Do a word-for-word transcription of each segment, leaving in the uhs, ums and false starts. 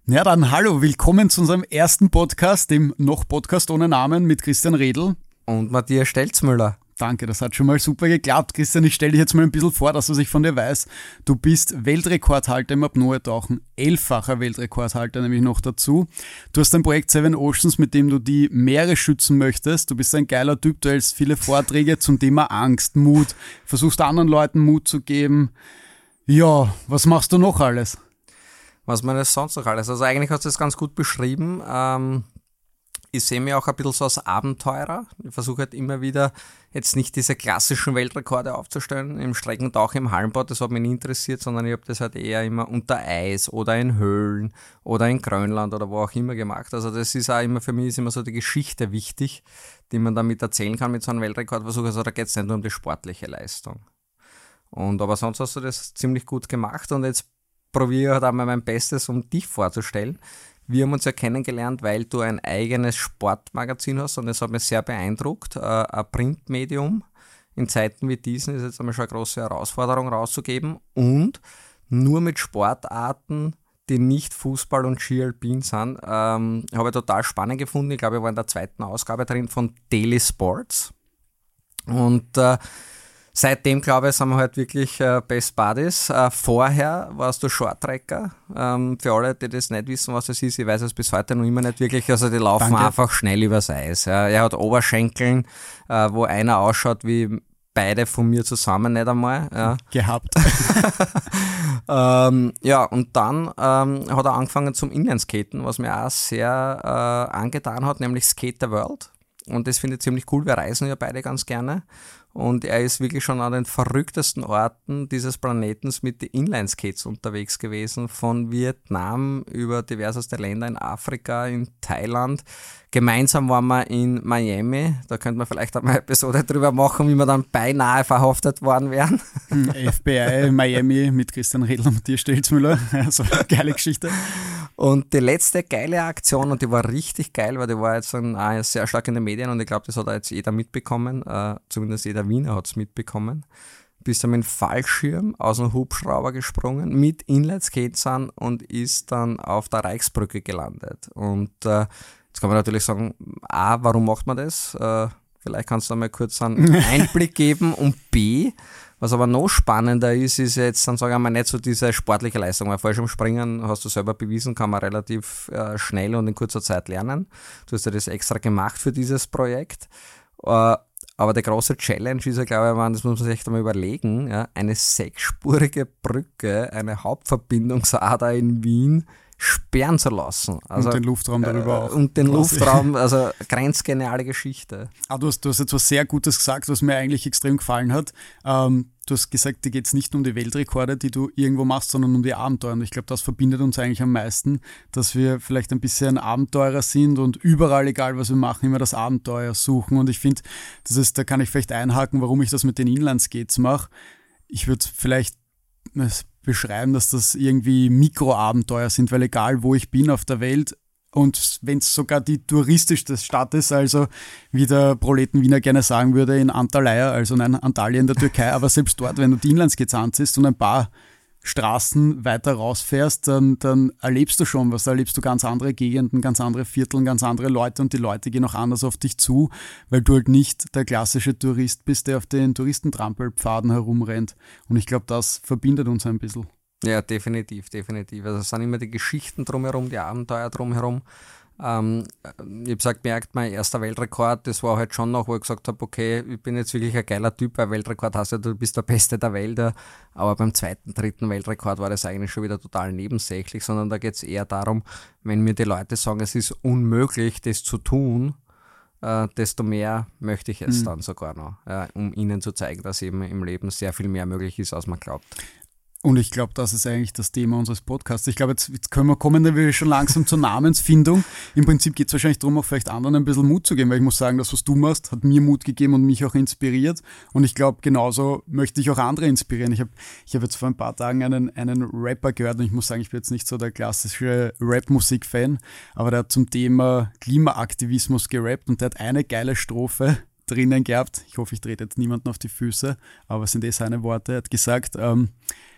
Ja, dann hallo, willkommen zu unserem ersten Podcast, dem Noch-Podcast ohne Namen mit Christian Redl. Und Matthias Stelzmüller. Danke, das hat schon mal super geklappt. Christian, ich stelle dich jetzt mal ein bisschen vor, dass was ich von dir weiß. Du bist Weltrekordhalter im Apnoe-Tauchen, elffacher Weltrekordhalter nämlich noch dazu. Du hast ein Projekt Seven Oceans, mit dem du die Meere schützen möchtest. Du bist ein geiler Typ, du hältst viele Vorträge zum Thema Angst, Mut, versuchst anderen Leuten Mut zu geben. Ja, was machst du noch alles? Was man jetzt sonst noch alles? Also eigentlich hast du das ganz gut beschrieben. Ähm, ich sehe mich auch ein bisschen so als Abenteurer. Ich versuche halt immer wieder jetzt nicht diese klassischen Weltrekorde aufzustellen im Streckentauch im Hallenbad, das hat mich nie interessiert, sondern ich habe das halt eher immer unter Eis oder in Höhlen oder in Grönland oder wo auch immer gemacht. Also das ist auch immer, für mich ist immer so die Geschichte wichtig, die man damit erzählen kann mit so einem Weltrekordversuch. Also da geht es nicht nur um die sportliche Leistung. Und aber sonst hast du das ziemlich gut gemacht und jetzt probiere halt einmal mein Bestes, um dich vorzustellen. Wir haben uns ja kennengelernt, weil du ein eigenes Sportmagazin hast und das hat mich sehr beeindruckt. Ein Printmedium in Zeiten wie diesen ist jetzt einmal schon eine große Herausforderung rauszugeben und nur mit Sportarten, die nicht Fußball und Ski-Alpin sind, ähm, habe ich total spannend gefunden. Ich glaube, ich war in der zweiten Ausgabe drin von Daily Sports und äh, seitdem, glaube ich, sind wir halt wirklich äh, Best Buddies. Äh, vorher warst du Shorttracker. Ähm, für alle, die das nicht wissen, was das ist, ich weiß es bis heute noch immer nicht wirklich. Also die laufen Danke. einfach schnell übers Eis. Ja. Er hat Oberschenkeln, äh, wo einer ausschaut wie beide von mir zusammen, nicht einmal. Ja. Gehabt. ähm, ja, und dann ähm, hat er angefangen zum Inlineskaten, was mir auch sehr äh, angetan hat, nämlich Skate the World. Und das finde ich ziemlich cool. Wir reisen ja beide ganz gerne. Und er ist wirklich schon an den verrücktesten Orten dieses Planetens mit den Inline-Skates unterwegs gewesen, von Vietnam über diverseste Länder in Afrika, in Thailand. Gemeinsam waren wir in Miami, da könnte man vielleicht auch mal eine Episode drüber machen, wie wir dann beinahe verhaftet worden wären. F B I Miami mit Christian Redl und Matthias Stelzmüller, so eine geile Geschichte. Und die letzte geile Aktion, und die war richtig geil, weil die war jetzt dann auch sehr stark in den Medien und ich glaube, das hat auch jetzt jeder mitbekommen, äh, zumindest jeder Wiener hat es mitbekommen. Bist dann mit dem Fallschirm aus dem Hubschrauber gesprungen, mit Inlineskates an und ist dann auf der Reichsbrücke gelandet. Und äh, jetzt kann man natürlich sagen, A, warum macht man das? Äh, vielleicht kannst du da mal kurz einen Einblick geben und B, was aber noch spannender ist, ist jetzt dann, sagen wir mal, nicht so diese sportliche Leistung, weil Fallschirmspringen, hast du selber bewiesen, kann man relativ äh, schnell und in kurzer Zeit lernen. Du hast ja das extra gemacht für dieses Projekt. Äh, aber der große Challenge ist ja, glaube ich, das muss man sich echt einmal überlegen, ja, eine sechsspurige Brücke, eine Hauptverbindungsader in Wien sperren zu lassen. Also, und den Luftraum darüber äh, auch. Und den quasi. Luftraum, also grenzgeniale Geschichte. Ah, du, hast, du hast etwas sehr Gutes gesagt, was mir eigentlich extrem gefallen hat. Ähm, du hast gesagt, dir geht es nicht um die Weltrekorde, die du irgendwo machst, sondern um die Abenteuer. Und ich glaube, das verbindet uns eigentlich am meisten, dass wir vielleicht ein bisschen Abenteurer sind und überall, egal was wir machen, immer das Abenteuer suchen. Und ich finde, das ist, da kann ich vielleicht einhaken, warum ich das mit den Inlineskates mache. Ich würde vielleicht beschreiben, dass das irgendwie Mikroabenteuer sind, weil egal wo ich bin auf der Welt und wenn es sogar die touristischste Stadt ist, also wie der Proleten Wiener gerne sagen würde, in Antalya, also nein, Antalya in der Türkei, aber selbst dort, wenn du die Inlineskates anziehst und ein paar Straßen weiter rausfährst, dann, dann erlebst du schon was, da erlebst du ganz andere Gegenden, ganz andere Viertel, ganz andere Leute und die Leute gehen auch anders auf dich zu, weil du halt nicht der klassische Tourist bist, der auf den Touristentrampelpfaden herumrennt. Und ich glaube, das verbindet uns ein bisschen. Ja, definitiv, definitiv. Also es sind immer die Geschichten drumherum, die Abenteuer drumherum. Ähm, ich habe gesagt, merkt, mein erster Weltrekord, das war halt schon noch, wo ich gesagt habe, okay, ich bin jetzt wirklich ein geiler Typ, weil Weltrekord heißt ja, du bist der Beste der Welt, aber beim zweiten, dritten Weltrekord war das eigentlich schon wieder total nebensächlich, sondern da geht es eher darum, wenn mir die Leute sagen, es ist unmöglich, das zu tun, äh, desto mehr möchte ich es mhm. dann sogar noch, ja, um ihnen zu zeigen, dass eben im Leben sehr viel mehr möglich ist, als man glaubt. Und ich glaube, das ist eigentlich das Thema unseres Podcasts. Ich glaube, jetzt, jetzt können wir kommen, dann wir schon langsam zur Namensfindung. Im Prinzip geht es wahrscheinlich darum, auch vielleicht anderen ein bisschen Mut zu geben, weil ich muss sagen, das, was du machst, hat mir Mut gegeben und mich auch inspiriert. Und ich glaube, genauso möchte ich auch andere inspirieren. Ich habe ich hab jetzt vor ein paar Tagen einen, einen Rapper gehört und ich muss sagen, ich bin jetzt nicht so der klassische Rap-Musik-Fan, aber der hat zum Thema Klimaaktivismus gerappt und der hat eine geile Strophe drinnen gehabt. Ich hoffe, ich trete jetzt niemanden auf die Füße, aber es sind eh seine Worte. Er hat gesagt, ähm,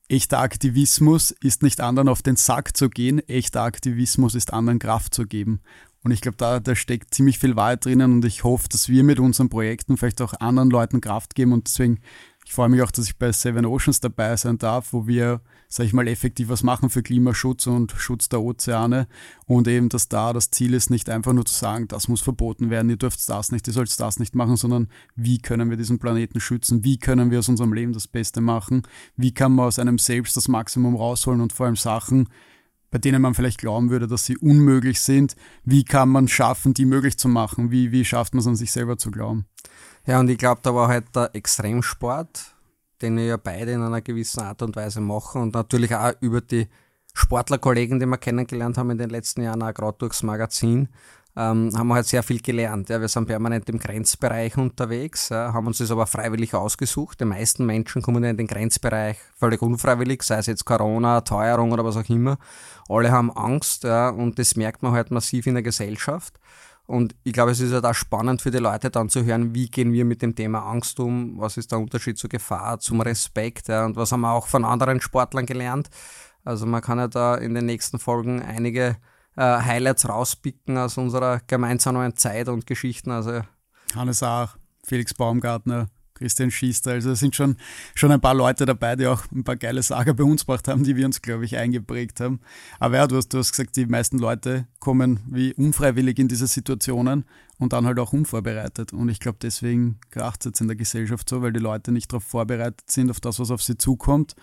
echter Aktivismus ist nicht anderen auf den Sack zu gehen, echter Aktivismus ist anderen Kraft zu geben. Und ich glaube, da, da steckt ziemlich viel Wahrheit drinnen und ich hoffe, dass wir mit unseren Projekten vielleicht auch anderen Leuten Kraft geben und deswegen, ich freue mich auch, dass ich bei Seven Oceans dabei sein darf, wo wir, sage ich mal, effektiv was machen für Klimaschutz und Schutz der Ozeane und eben, dass da das Ziel ist, nicht einfach nur zu sagen, das muss verboten werden, ihr dürft das nicht, ihr sollt das nicht machen, sondern wie können wir diesen Planeten schützen, wie können wir aus unserem Leben das Beste machen, wie kann man aus einem selbst das Maximum rausholen und vor allem Sachen, bei denen man vielleicht glauben würde, dass sie unmöglich sind, wie kann man schaffen, die möglich zu machen, wie, wie schafft man es an sich selber zu glauben. Ja, und ich glaube, da war halt der Extremsport, den wir ja beide in einer gewissen Art und Weise machen und natürlich auch über die Sportlerkollegen, die wir kennengelernt haben in den letzten Jahren, auch gerade durchs Magazin, ähm, haben wir halt sehr viel gelernt. Ja, wir sind permanent im Grenzbereich unterwegs, ja, haben uns das aber freiwillig ausgesucht. Die meisten Menschen kommen in den Grenzbereich völlig unfreiwillig, sei es jetzt Corona, Teuerung oder was auch immer. Alle haben Angst, ja, und das merkt man halt massiv in der Gesellschaft. Und ich glaube, es ist ja da spannend für die Leute dann zu hören, wie gehen wir mit dem Thema Angst um, was ist der Unterschied zur Gefahr, zum Respekt, ja, und was haben wir auch von anderen Sportlern gelernt. Also man kann ja da in den nächsten Folgen einige äh, Highlights rauspicken aus unserer gemeinsamen Zeit und Geschichten. Also Hannes Aach, Felix Baumgartner, Christian Schiester, also es sind schon, schon ein paar Leute dabei, die auch ein paar geile Sager bei uns gebracht haben, die wir uns, glaube ich, eingeprägt haben. Aber ja, du hast, du hast gesagt, die meisten Leute kommen wie unfreiwillig in diese Situationen und dann halt auch unvorbereitet. Und ich glaube, deswegen kracht es jetzt in der Gesellschaft so, weil die Leute nicht darauf vorbereitet sind, auf das, was auf sie zukommt.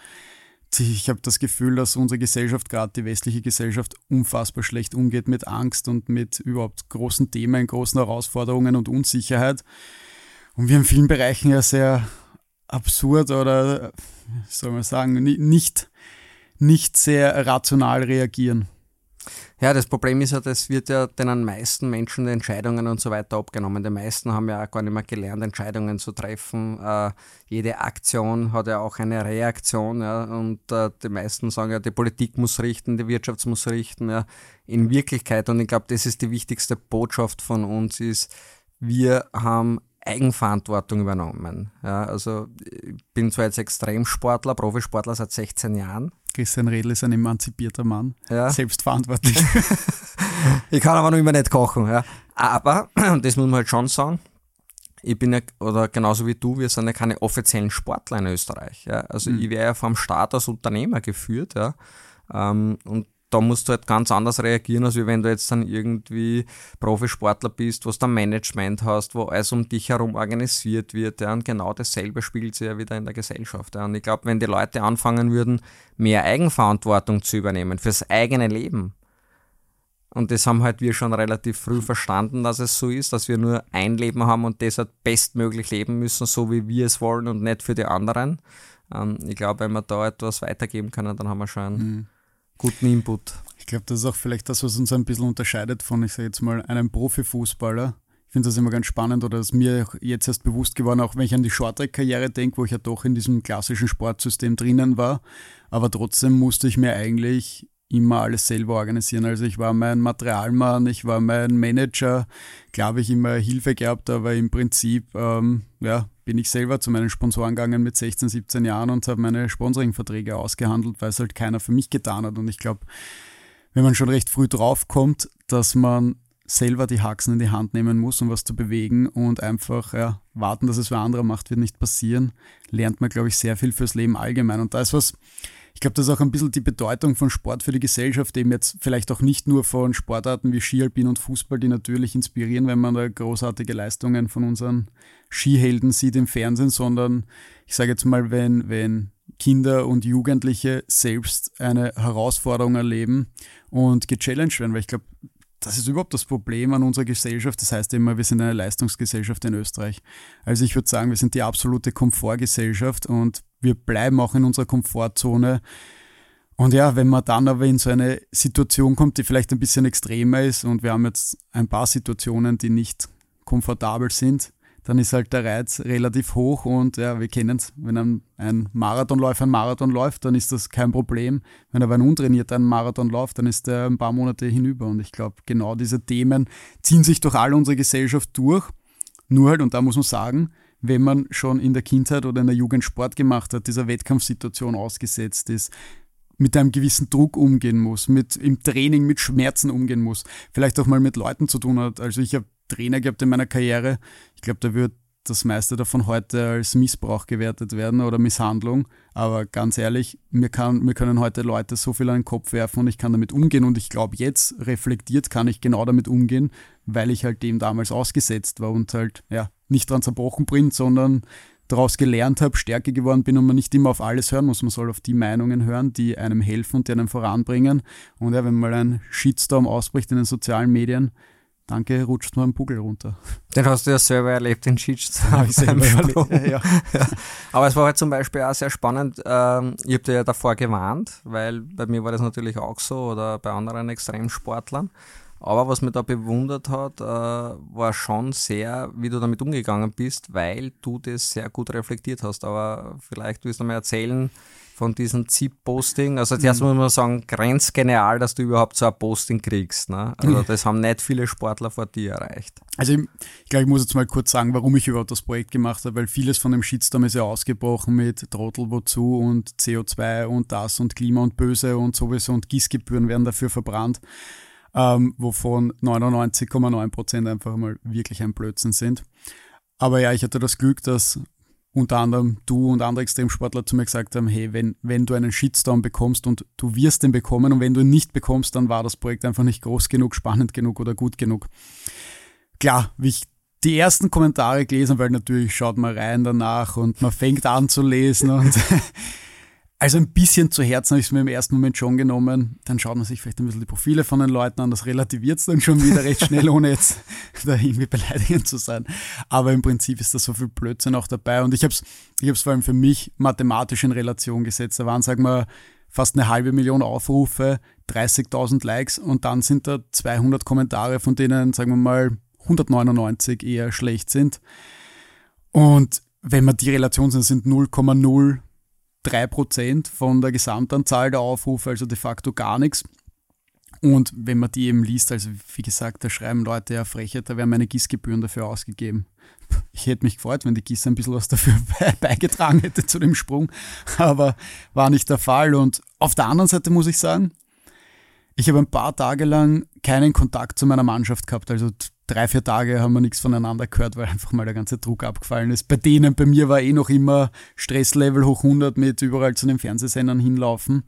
Ich habe das Gefühl, dass unsere Gesellschaft, gerade die westliche Gesellschaft, unfassbar schlecht umgeht mit Angst und mit überhaupt großen Themen, großen Herausforderungen und Unsicherheit. Und wir in vielen Bereichen ja sehr absurd oder, wie soll man sagen, nicht, nicht sehr rational reagieren. Ja, das Problem ist ja, das wird ja den meisten Menschen die Entscheidungen und so weiter abgenommen. Die meisten haben ja auch gar nicht mehr gelernt, Entscheidungen zu treffen. Äh, jede Aktion hat ja auch eine Reaktion. Ja, und äh, die meisten sagen ja, die Politik muss richten, die Wirtschaft muss richten. Ja. In Wirklichkeit, und ich glaube, das ist die wichtigste Botschaft von uns, ist, wir haben Eigenverantwortung übernommen. Ja, also ich bin zwar jetzt Extremsportler, Profisportler seit sechzehn Jahren. Christian Redl ist ein emanzipierter Mann, ja. Selbstverantwortlich. Ich kann aber noch immer nicht kochen. Ja. Aber, und das muss man halt schon sagen, ich bin ja, oder genauso wie du, wir sind ja keine offiziellen Sportler in Österreich. Ja. Also mhm. ich wäre ja vom Staat als Unternehmer geführt. Ja. Und da musst du halt ganz anders reagieren, als wenn du jetzt dann irgendwie Profisportler bist, wo du ein Management hast, wo alles um dich herum organisiert wird. Ja, und genau dasselbe spielt sich ja wieder in der Gesellschaft. Ja. Und ich glaube, wenn die Leute anfangen würden, mehr Eigenverantwortung zu übernehmen fürs eigene Leben, und das haben halt wir schon relativ früh verstanden, dass es so ist, dass wir nur ein Leben haben und das halt bestmöglich leben müssen, so wie wir es wollen und nicht für die anderen. Ich glaube, wenn wir da etwas weitergeben können, dann haben wir schon einen mhm. guten Input. Ich glaube, das ist auch vielleicht das, was uns ein bisschen unterscheidet von, ich sage jetzt mal, einem Profifußballer. Ich finde das immer ganz spannend oder ist mir jetzt erst bewusst geworden, auch wenn ich an die Shorttrack-Karriere denke, wo ich ja doch in diesem klassischen Sportsystem drinnen war. Aber trotzdem musste ich mir eigentlich immer alles selber organisieren. Also ich war mein Materialmann, ich war mein Manager. Klar habe ich immer Hilfe gehabt, aber im Prinzip ähm, ja, bin ich selber zu meinen Sponsoren gegangen mit sechzehn, siebzehn Jahren und habe meine Sponsoring-Verträge ausgehandelt, weil es halt keiner für mich getan hat. Und ich glaube, wenn man schon recht früh draufkommt, dass man selber die Haxen in die Hand nehmen muss, um was zu bewegen und einfach ja, warten, dass es wer anderer macht, wird nicht passieren, lernt man, glaube ich, sehr viel fürs Leben allgemein. Und da ist was, ich glaube, das ist auch ein bisschen die Bedeutung von Sport für die Gesellschaft, eben jetzt vielleicht auch nicht nur von Sportarten wie Ski, Alpin und Fußball, die natürlich inspirieren, wenn man da großartige Leistungen von unseren Skihelden sieht im Fernsehen, sondern ich sage jetzt mal, wenn, wenn Kinder und Jugendliche selbst eine Herausforderung erleben und gechallenged werden, weil ich glaube, das ist überhaupt das Problem an unserer Gesellschaft. Das heißt immer, wir sind eine Leistungsgesellschaft in Österreich. Also ich würde sagen, wir sind die absolute Komfortgesellschaft und wir bleiben auch in unserer Komfortzone. Und ja, wenn man dann aber in so eine Situation kommt, die vielleicht ein bisschen extremer ist und wir haben jetzt ein paar Situationen, die nicht komfortabel sind, dann ist halt der Reiz relativ hoch und ja, wir kennen es, wenn ein, ein Marathonläufer ein Marathon läuft, dann ist das kein Problem. Wenn aber ein Untrainierter einen Marathon läuft, dann ist der ein paar Monate hinüber und ich glaube, genau diese Themen ziehen sich durch all unsere Gesellschaft durch. Nur halt, und da muss man sagen, wenn man schon in der Kindheit oder in der Jugend Sport gemacht hat, dieser Wettkampfsituation ausgesetzt ist, mit einem gewissen Druck umgehen muss, mit im Training mit Schmerzen umgehen muss, vielleicht auch mal mit Leuten zu tun hat. Also ich habe Trainer gehabt in meiner Karriere, ich glaube, da wird das meiste davon heute als Missbrauch gewertet werden oder Misshandlung, aber ganz ehrlich, mir, kann, mir können heute Leute so viel an den Kopf werfen und ich kann damit umgehen und ich glaube, jetzt reflektiert kann ich genau damit umgehen, weil ich halt dem damals ausgesetzt war und halt ja nicht dran zerbrochen bin, sondern daraus gelernt habe, stärker geworden bin und man nicht immer auf alles hören muss. Man soll auf die Meinungen hören, die einem helfen und die einem voranbringen. Und ja, wenn mal ein Shitstorm ausbricht in den sozialen Medien, danke, rutscht mal ein Pugel runter. Den hast du ja selber erlebt, den Shitstorm. Ich selber erlebt, ja. Ja. Aber es war halt zum Beispiel auch sehr spannend. Ähm, ich habe dir ja davor gewarnt, weil bei mir war das natürlich auch so oder bei anderen Extremsportlern. Aber was mich da bewundert hat, äh, war schon sehr, wie du damit umgegangen bist, weil du das sehr gut reflektiert hast. Aber vielleicht willst du mal erzählen von diesem Z I P-Posting. Also zuerst muss man sagen, grenzgenial, dass du überhaupt so ein Posting kriegst. Ne? Also das haben nicht viele Sportler vor dir erreicht. Also ich, ich glaube, ich muss jetzt mal kurz sagen, warum ich überhaupt das Projekt gemacht habe, weil vieles von dem Shitstorm ist ja ausgebrochen mit Trottel, wozu und C O zwei und das und Klima und Böse und sowieso und Gießgebühren werden dafür verbrannt. Ähm, wovon neunundneunzig Komma neun Prozent einfach mal wirklich ein Blödsinn sind. Aber ja, ich hatte das Glück, dass unter anderem du und andere Extremsportler zu mir gesagt haben, hey, wenn, wenn du einen Shitstorm bekommst und du wirst den bekommen und wenn du ihn nicht bekommst, dann war das Projekt einfach nicht groß genug, spannend genug oder gut genug. Klar, wie ich die ersten Kommentare gelesen habe, weil natürlich schaut man rein danach und man fängt an zu lesen und also ein bisschen zu Herzen habe ich es mir im ersten Moment schon genommen. Dann schaut man sich vielleicht ein bisschen die Profile von den Leuten an. Das relativiert es dann schon wieder recht schnell, ohne jetzt da irgendwie beleidigend zu sein. Aber im Prinzip ist da so viel Blödsinn auch dabei. Und ich habe es ich hab's vor allem für mich mathematisch in Relation gesetzt. Da waren, sagen wir, fast eine halbe Million Aufrufe, dreißigtausend Likes und dann sind da zweihundert Kommentare, von denen, sagen wir mal, hundertneunundneunzig eher schlecht sind. Und wenn man die Relation sind, sind null Komma null drei Prozent von der Gesamtanzahl der Aufrufe, also de facto gar nichts. Und wenn man die eben liest, also wie gesagt, da schreiben Leute ja Frechheit, da werden meine Gießgebühren dafür ausgegeben. Ich hätte mich gefreut, wenn die Gieße ein bisschen was dafür beigetragen hätte zu dem Sprung, aber war nicht der Fall. Und auf der anderen Seite muss ich sagen, ich habe ein paar Tage lang keinen Kontakt zu meiner Mannschaft gehabt, also drei, vier Tage haben wir nichts voneinander gehört, weil einfach mal der ganze Druck abgefallen ist. Bei denen, bei mir war eh noch immer Stresslevel hoch hundert mit überall zu den Fernsehsendern hinlaufen.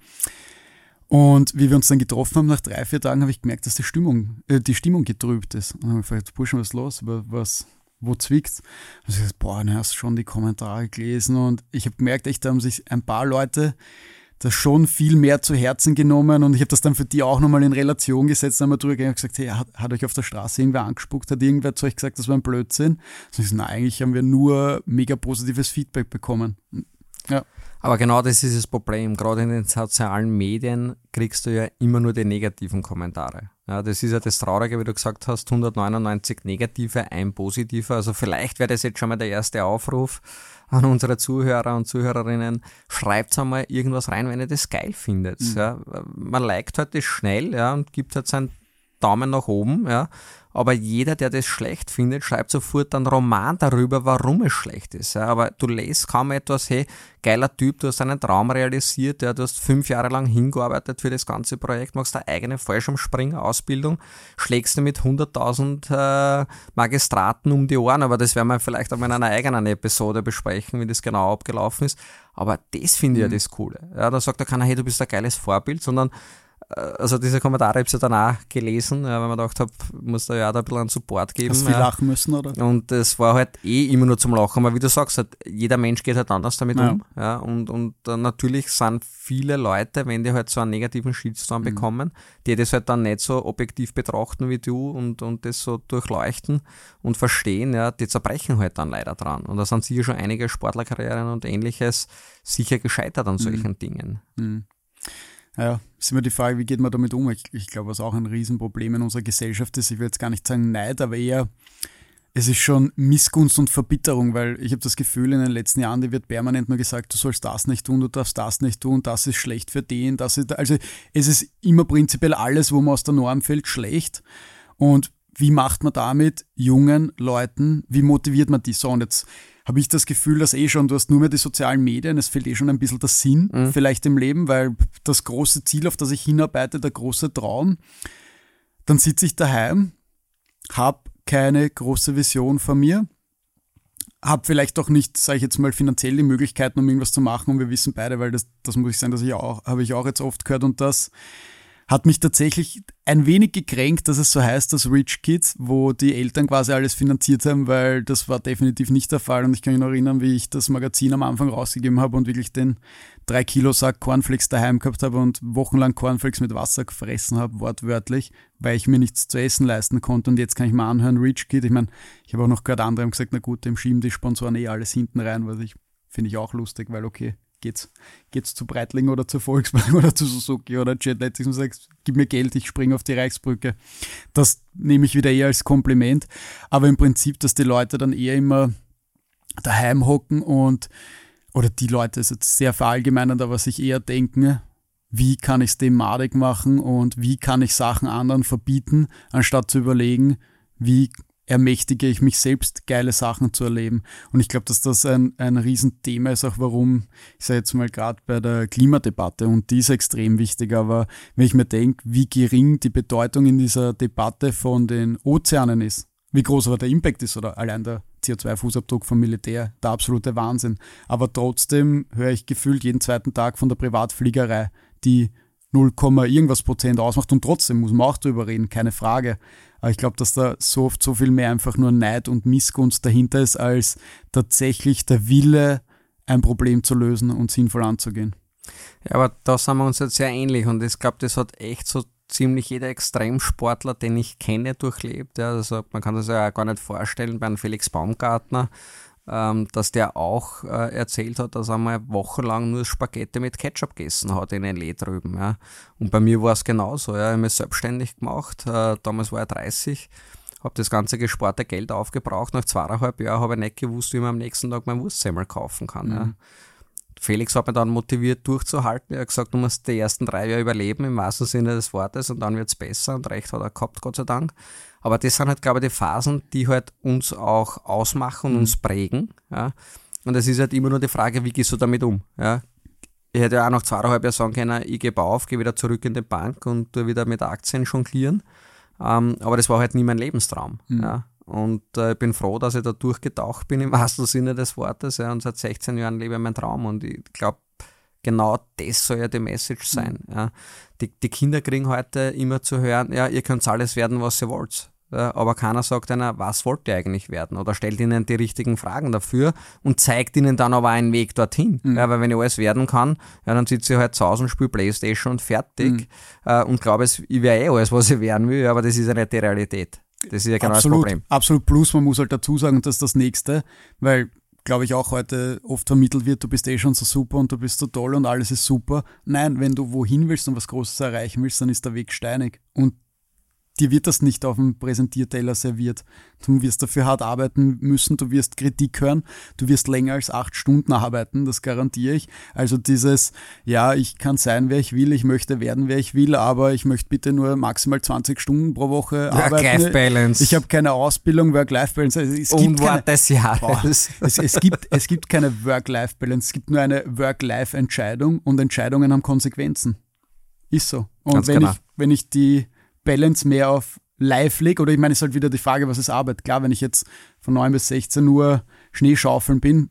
Und wie wir uns dann getroffen haben, nach drei, vier Tagen habe ich gemerkt, dass die Stimmung, äh, die Stimmung getrübt ist. Und dann habe ich gefragt, Burschen, was ist los? Was, wo zwickt's? Und ich habe gesagt, boah, dann hast du schon die Kommentare gelesen. Und ich habe gemerkt, echt, da haben sich ein paar Leute das schon viel mehr zu Herzen genommen und ich habe das dann für die auch nochmal in Relation gesetzt, dann haben wir drüber gegangen und gesagt, hey, hat, hat euch auf der Straße irgendwer angespuckt, hat irgendwer zu euch gesagt, das war ein Blödsinn? Und ich so, nein, eigentlich haben wir nur mega positives Feedback bekommen. Ja. Aber genau das ist das Problem. Gerade in den sozialen Medien kriegst du ja immer nur die negativen Kommentare. Ja, das ist ja das Traurige, wie du gesagt hast, hundertneunundneunzig negative, ein positiver. Also vielleicht wäre das jetzt schon mal der erste Aufruf an unsere Zuhörer und Zuhörerinnen. Schreibt einmal irgendwas rein, wenn ihr das geil findet. Mhm. Ja, man liked halt das schnell, ja, und gibt halt seinen Daumen nach oben, ja. Aber jeder, der das schlecht findet, schreibt sofort einen Roman darüber, warum es schlecht ist. Ja. Aber du lässt kaum etwas, hey, geiler Typ, du hast einen Traum realisiert, ja, du hast fünf Jahre lang hingearbeitet für das ganze Projekt, machst eine eigene Fallschirmspringer-Ausbildung, schlägst du mit hunderttausend äh, Magistraten um die Ohren, aber das werden wir vielleicht auch mal in einer eigenen Episode besprechen, wie das genau abgelaufen ist. Aber das finde ich mhm. ja das Coole. Ja, da sagt da keiner, hey, du bist ein geiles Vorbild, sondern also diese Kommentare habe ich ja danach gelesen, ja, weil man gedacht habe, muss da ja da ein bisschen einen Support geben. Hast du viel ja. lachen müssen, oder? Und das war halt eh immer nur zum Lachen, aber wie du sagst, halt, jeder Mensch geht halt anders damit ja. um. Ja, und und uh, natürlich sind viele Leute, wenn die halt so einen negativen Shitstorm mhm. bekommen, die das halt dann nicht so objektiv betrachten wie du und, und das so durchleuchten und verstehen, ja, die zerbrechen halt dann leider dran. Und da sind sicher schon einige Sportlerkarrieren und Ähnliches sicher gescheitert an solchen mhm. Dingen. Mhm. Ja, ist immer die Frage, wie geht man damit um? Ich, ich glaube, was auch ein Riesenproblem in unserer Gesellschaft ist, ich will jetzt gar nicht sagen Neid, aber eher, es ist schon Missgunst und Verbitterung, weil ich habe das Gefühl, in den letzten Jahren, dir wird permanent nur gesagt, du sollst das nicht tun, du darfst das nicht tun, das ist schlecht für den, das ist, also es ist immer prinzipiell alles, wo man aus der Norm fällt, schlecht. Und wie macht man damit jungen Leuten, wie motiviert man die so? Und jetzt habe ich das Gefühl, dass eh schon, du hast nur mehr die sozialen Medien, es fehlt eh schon ein bisschen der Sinn mhm. vielleicht im Leben, weil das große Ziel, auf das ich hinarbeite, der große Traum, dann sitze ich daheim, habe keine große Vision vor mir, habe vielleicht auch nicht, sage ich jetzt mal, finanziell die Möglichkeiten, um irgendwas zu machen, und wir wissen beide, weil das, das muss ich sagen, das ich auch, habe ich auch jetzt oft gehört, und das hat mich tatsächlich ein wenig gekränkt, dass es so heißt, dass Rich Kids, wo die Eltern quasi alles finanziert haben, weil das war definitiv nicht der Fall, und ich kann mich noch erinnern, wie ich das Magazin am Anfang rausgegeben habe und wirklich den drei Kilo Sack Cornflakes daheim gehabt habe und wochenlang Cornflakes mit Wasser gefressen habe, wortwörtlich, weil ich mir nichts zu essen leisten konnte, und jetzt kann ich mal anhören, Rich Kid, ich meine, ich habe auch noch gehört, andere haben gesagt, na gut, dem schieben die Sponsoren eh alles hinten rein, was ich, finde ich auch lustig, weil okay, geht's, geht's zu Breitling oder zu Volkswagen oder zu Suzuki oder Jetlettix und sagst, gib mir Geld, ich springe auf die Reichsbrücke. Das nehme ich wieder eher als Kompliment. Aber im Prinzip, dass die Leute dann eher immer daheim hocken und, oder die Leute, ist jetzt sehr verallgemeinert, aber sich eher denken, wie kann ich es dem madig machen und wie kann ich Sachen anderen verbieten, anstatt zu überlegen, wie ermächtige ich mich selbst, geile Sachen zu erleben. Und ich glaube, dass das ein, ein Riesenthema ist, auch warum, ich sage jetzt mal gerade bei der Klimadebatte, und die ist extrem wichtig, aber wenn ich mir denke, wie gering die Bedeutung in dieser Debatte von den Ozeanen ist, wie groß aber der Impact ist oder allein der C O zwei Fußabdruck vom Militär, der absolute Wahnsinn. Aber trotzdem höre ich gefühlt jeden zweiten Tag von der Privatfliegerei, die null, irgendwas Prozent ausmacht, und trotzdem muss man auch drüber reden, keine Frage. Aber ich glaube, dass da so oft so viel mehr einfach nur Neid und Missgunst dahinter ist, als tatsächlich der Wille, ein Problem zu lösen und sinnvoll anzugehen. Ja, aber da sind wir uns jetzt sehr ähnlich, und ich glaube, das hat echt so ziemlich jeder Extremsportler, den ich kenne, durchlebt. Ja, also man kann das ja auch gar nicht vorstellen bei einem Felix Baumgartner, ähm, dass der auch äh, erzählt hat, dass er mal wochenlang nur Spaghetti mit Ketchup gegessen hat in L A drüben. Ja. Und bei mir war es genauso. Ja. Ich habe mich selbstständig gemacht, äh, damals war ich dreißig, habe das ganze gesparte Geld aufgebraucht. Nach zweieinhalb Jahren habe ich nicht gewusst, wie man am nächsten Tag mein Wurstsemmel kaufen kann. Mhm. Ja. Felix hat mich dann motiviert durchzuhalten. Er hat gesagt, du musst die ersten drei Jahre überleben, im wahrsten Sinne des Wortes, und dann wird es besser, und recht hat er gehabt, Gott sei Dank. Aber das sind halt, glaube ich, die Phasen, die halt uns auch ausmachen und mhm. uns prägen. Ja. Und es ist halt immer nur die Frage, wie gehst du damit um? Ja. Ich hätte ja auch nach zweieinhalb Jahren sagen können, ich gebe auf, gehe wieder zurück in die Bank und tue wieder mit Aktien jonglieren. Ähm, aber das war halt nie mein Lebenstraum. Mhm. Ja. Und äh, ich bin froh, dass ich da durchgetaucht bin, im wahrsten Sinne des Wortes. Ja. Und seit sechzehn Jahren lebe ich meinen Traum. Und ich glaube, genau das soll ja die Message sein. Mhm. Ja. Die, die Kinder kriegen heute immer zu hören, ja, ihr könnt alles werden, was ihr wollt. Ja, aber keiner sagt ihnen, was wollt ihr eigentlich werden? Oder stellt ihnen die richtigen Fragen dafür und zeigt ihnen dann aber einen Weg dorthin. Mhm. Ja, weil wenn ich alles werden kann, ja, dann sitze ich halt zu Hause und spiele Playstation und fertig mhm. äh, und glaube, ich wäre eh alles, was ich werden will, aber das ist ja nicht die Realität. Das ist ja genau absolut, das Problem. Absolut, plus man muss halt dazu sagen, das ist das Nächste, weil, glaube ich, auch heute oft vermittelt wird, du bist eh schon so super und du bist so toll und alles ist super. Nein, wenn du wohin willst und was Großes erreichen willst, dann ist der Weg steinig. Und dir wird das nicht auf dem Präsentierteller serviert. Du wirst dafür hart arbeiten müssen, du wirst Kritik hören, du wirst länger als acht Stunden arbeiten, das garantiere ich. Also dieses, ja, ich kann sein, wer ich will, ich möchte werden, wer ich will, aber ich möchte bitte nur maximal zwanzig Stunden pro Woche arbeiten. Work-Life-Balance. Ich habe keine Ausbildung, Work-Life-Balance. Es Unwort des Jahres. Es, es, gibt, es gibt keine Work-Life-Balance, es gibt nur eine Work-Life-Entscheidung, und Entscheidungen haben Konsequenzen. Ist so. Und Ganz wenn genau. ich, wenn ich die Balance mehr auf live lege, oder ich meine, es ist halt wieder die Frage, was ist Arbeit? Klar, wenn ich jetzt von neun bis sechzehn Uhr Schneeschaufeln bin,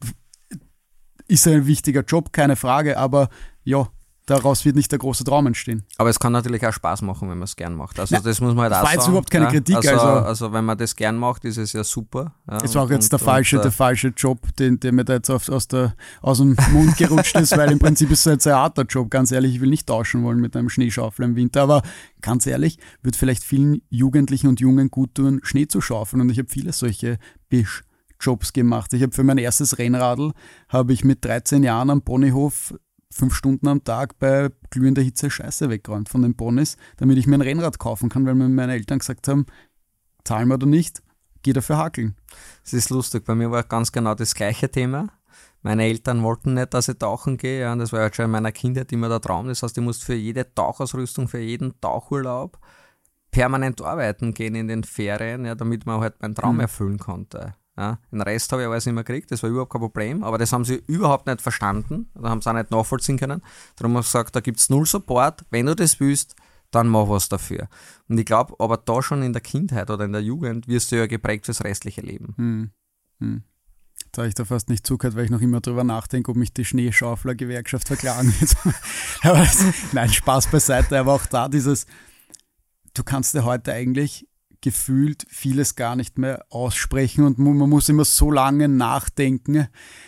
ist ein wichtiger Job, keine Frage, aber ja, daraus wird nicht der große Traum entstehen. Aber es kann natürlich auch Spaß machen, wenn man es gern macht. Also ja, das muss man halt auch sagen. Das war jetzt überhaupt keine ja, Kritik. Also, also, also wenn man das gern macht, ist es ja super. Ja, es war auch jetzt und, der, falsche, und, der falsche Job, den, der mir da jetzt auf, aus, der, aus dem Mund gerutscht ist, weil im Prinzip ist es jetzt ein harter Job. Ganz ehrlich, ich will nicht tauschen wollen mit einem Schneeschaufel im Winter, aber ganz ehrlich, wird vielleicht vielen Jugendlichen und Jungen gut tun, Schnee zu schaufeln, und ich habe viele solche Bisch Jobs gemacht. Ich habe für mein erstes Rennradl, habe ich mit dreizehn Jahren am Ponyhof fünf Stunden am Tag bei glühender Hitze Scheiße weggeräumt von den Ponys, damit ich mir ein Rennrad kaufen kann, weil mir meine Eltern gesagt haben, zahlen wir oder nicht, geh dafür hakeln. Es ist lustig, bei mir war ganz genau das gleiche Thema. Meine Eltern wollten nicht, dass ich tauchen gehe, ja, und das war ja schon in meiner Kindheit immer der Traum. Das heißt, ich musste für jede Tauchausrüstung, für jeden Tauchurlaub permanent arbeiten gehen in den Ferien, ja, damit man halt meinen Traum mhm. erfüllen konnte. Ja, den Rest habe ich alles immer gekriegt, das war überhaupt kein Problem, aber das haben sie überhaupt nicht verstanden, da haben sie auch nicht nachvollziehen können. Darum habe ich gesagt, da gibt es null Support, wenn du das willst, dann mach was dafür. Und ich glaube, aber da schon in der Kindheit oder in der Jugend wirst du ja geprägt fürs restliche Leben. Hm. Hm. Da habe ich da fast nicht zugehört, weil ich noch immer drüber nachdenke, ob mich die Schneeschaufler-Gewerkschaft verklagen wird. Aber das, nein, Spaß beiseite, aber auch da dieses, du kannst ja heute eigentlich gefühlt vieles gar nicht mehr aussprechen und man muss immer so lange nachdenken,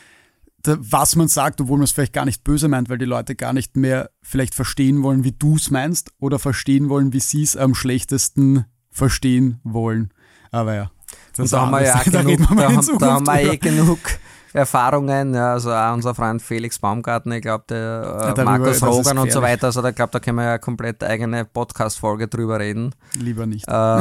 was man sagt, obwohl man es vielleicht gar nicht böse meint, weil die Leute gar nicht mehr vielleicht verstehen wollen, wie du es meinst oder verstehen wollen, wie sie es am schlechtesten verstehen wollen. Aber ja. Und da haben wir ja da genug, wir da haben, da haben wir eh drüber. genug Erfahrungen, ja, also auch unser Freund Felix Baumgarten, ich glaube, der äh, Ja, Markus darüber, Rogan und so weiter, also da glaube da können wir ja eine komplett eigene Podcast-Folge drüber reden. Lieber nicht. Äh,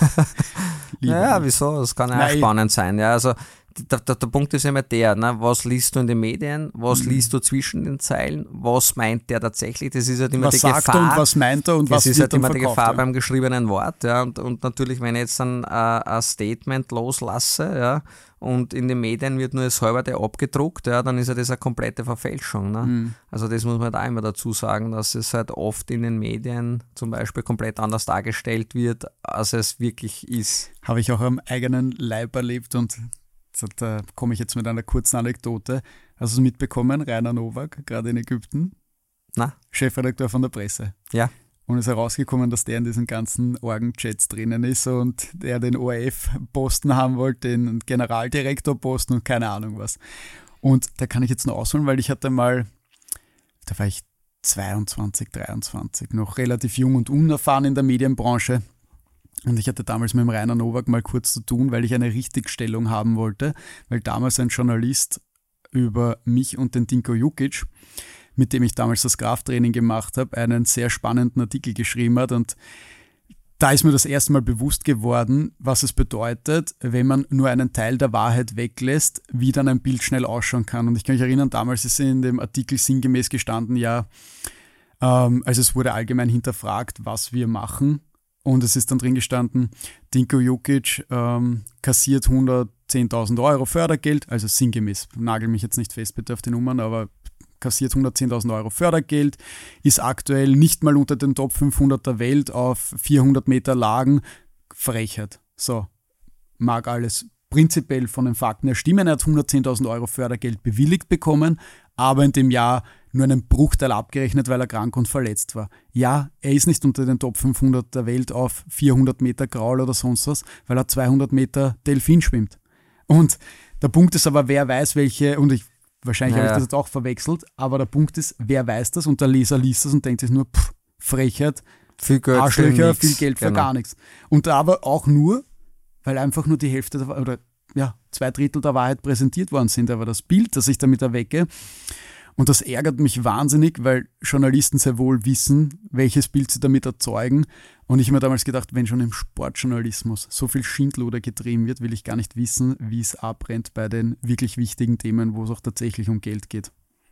Lieber ja, nicht. wieso? Das kann ja Nein, auch spannend sein. Ja, also der, der, der Punkt ist immer der, ne? Was liest du in den Medien, was Mhm. liest du zwischen den Zeilen, was meint der tatsächlich? Das ist halt immer Was die sagt Gefahr. er und was meint er und was Das ist wird halt dann immer die verkauft, Gefahr ja. beim geschriebenen Wort. Ja, und, und natürlich, wenn ich jetzt dann äh, ein Statement loslasse, ja, und in den Medien wird nur das halbe abgedruckt, ja, dann ist ja das eine komplette Verfälschung. Ne? Mhm. Also das muss man da immer dazu sagen, dass es halt oft in den Medien zum Beispiel komplett anders dargestellt wird, als es wirklich ist. Habe ich auch am eigenen Leib erlebt und da komme ich jetzt mit einer kurzen Anekdote. Hast du es mitbekommen? Rainer Nowak, gerade in Ägypten, Na, Chefredakteur von der Presse. ja. Und es ist herausgekommen, dass der in diesen ganzen Orgenchats drinnen ist und der den O R F-Posten haben wollte, den Generaldirektor-Posten und keine Ahnung was. Und da kann ich jetzt nur ausholen, weil ich hatte mal, da war ich zweiundzwanzig, dreiundzwanzig, noch relativ jung und unerfahren in der Medienbranche. Und ich hatte damals mit dem Rainer Nowak mal kurz zu tun, weil ich eine Richtigstellung haben wollte, weil damals ein Journalist über mich und den Dinko Jukic, mit dem ich damals das Krafttraining gemacht habe, einen sehr spannenden Artikel geschrieben hat. Und da ist mir das erste Mal bewusst geworden, was es bedeutet, wenn man nur einen Teil der Wahrheit weglässt, wie dann ein Bild schnell ausschauen kann. Und ich kann mich erinnern, damals ist in dem Artikel sinngemäß gestanden, ja, ähm, also es wurde allgemein hinterfragt, was wir machen. Und es ist dann drin gestanden, Dinko Jukic ähm, kassiert hundertzehntausend Euro Fördergeld, also sinngemäß, nagel mich jetzt nicht fest bitte auf die Nummern, aber kassiert hundertzehntausend Euro Fördergeld, ist aktuell nicht mal unter den Top fünfhundert der Welt auf vierhundert Meter Lagen. Frechheit. So, mag alles prinzipiell von den Fakten her stimmen. Er hat hundertzehntausend Euro Fördergeld bewilligt bekommen, aber in dem Jahr nur einen Bruchteil abgerechnet, weil er krank und verletzt war. Ja, er ist nicht unter den Top fünfhundert der Welt auf vierhundert Meter Graul oder sonst was, weil er zweihundert Meter Delfin schwimmt. Und der Punkt ist aber, wer weiß, welche, und ich Wahrscheinlich naja. habe ich das jetzt auch verwechselt, aber der Punkt ist, wer weiß das und der Leser liest das und denkt sich nur, pff, Frechheit, Viel Geld Arschlöcher, für viel nix. Geld für Genau. gar nichts. Und aber auch nur, weil einfach nur die Hälfte der, oder ja, zwei Drittel der Wahrheit präsentiert worden sind, aber das Bild, das ich damit erwecke, und das ärgert mich wahnsinnig, weil Journalisten sehr wohl wissen, welches Bild sie damit erzeugen. Und ich habe mir damals gedacht, wenn schon im Sportjournalismus so viel Schindluder getrieben wird, will ich gar nicht wissen, wie es abbrennt bei den wirklich wichtigen Themen, wo es auch tatsächlich um Geld geht.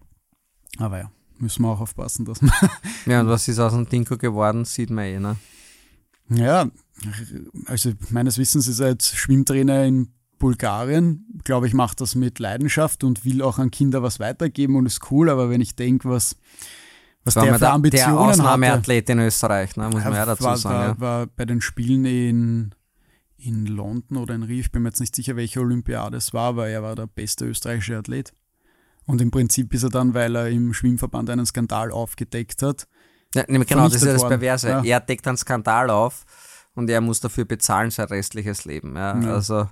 Aber ja, müssen wir auch aufpassen, dass man... Ja, und was ist aus dem Dinko geworden, sieht man eh, ne? Ja, also meines Wissens ist er jetzt Schwimmtrainer in Bulgarien, glaube ich, macht das mit Leidenschaft und will auch an Kinder was weitergeben und ist cool, aber wenn ich denke, was, was der für der, Ambitionen der hatte, Ausnahmeathlet in Österreich, ne, muss man ja dazu war, sagen. war, Ja. war bei den Spielen in, in London oder in Rio, ich bin mir jetzt nicht sicher, welche Olympiade es war, aber er war der beste österreichische Athlet. Und im Prinzip ist er dann, weil er im Schwimmverband einen Skandal aufgedeckt hat. Ja, nämlich genau, das ist ja das worden. Perverse. Ja. Er deckt einen Skandal auf und er muss dafür bezahlen sein restliches Leben. Ja, Ja. Also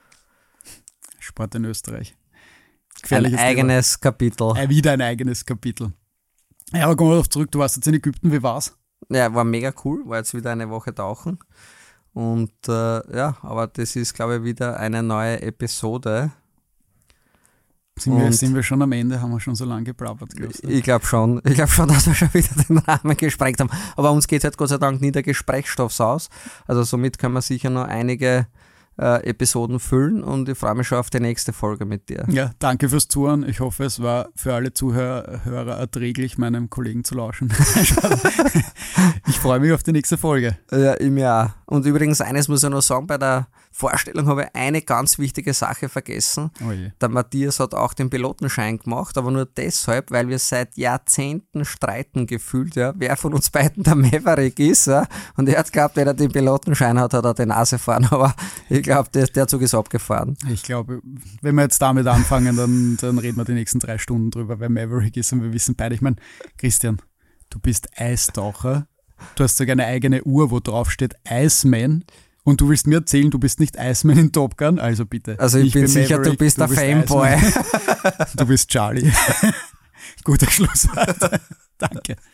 Sport in Österreich. ein Gefährliches eigenes Kapitel. Thema. Äh, Wieder ein eigenes Kapitel. Ja, aber kommen wir darauf zurück, du warst jetzt in Ägypten, wie war's? Ja, war mega cool, war jetzt wieder eine Woche tauchen. Und äh, ja, aber das ist, glaube ich, wieder eine neue Episode. Sind wir, Und- sind wir schon am Ende, haben wir schon so lange geplappert, glaubst du? Ich glaube schon. Ich glaube schon, dass wir schon wieder den Rahmen gesprengt haben. Aber uns geht halt Gott sei Dank nie der Gesprächsstoff aus. Also somit können wir sicher noch einige äh, Episoden füllen und ich freue mich schon auf die nächste Folge mit dir. Ja, danke fürs Zuhören. Ich hoffe, es war für alle Zuhörer Hörer erträglich, meinem Kollegen zu lauschen. Ich freue mich auf die nächste Folge. Ja, im Jahr. Und übrigens, eines muss ich noch sagen, bei der Vorstellung habe ich eine ganz wichtige Sache vergessen. Oh je. Der Matthias hat auch den Pilotenschein gemacht, aber nur deshalb, weil wir seit Jahrzehnten streiten gefühlt, ja, wer von uns beiden der Maverick ist. Ja. Und er hat geglaubt, wenn er den Pilotenschein hat, hat er den Nase fahren. Aber ich glaube, der, der Zug ist abgefahren. Ich glaube, wenn wir jetzt damit anfangen, dann, dann reden wir die nächsten drei Stunden drüber, wer Maverick ist. Und wir wissen beide, ich meine, Christian, du bist Eistaucher. Du hast sogar eine eigene Uhr, wo drauf steht Iceman. Und du willst mir erzählen, du bist nicht Iceman in Top Gun? Also bitte. Also ich, ich bin, bin sicher, Maverick, du bist der Fanboy. Du bist Charlie. Guter Schlusswort. Danke.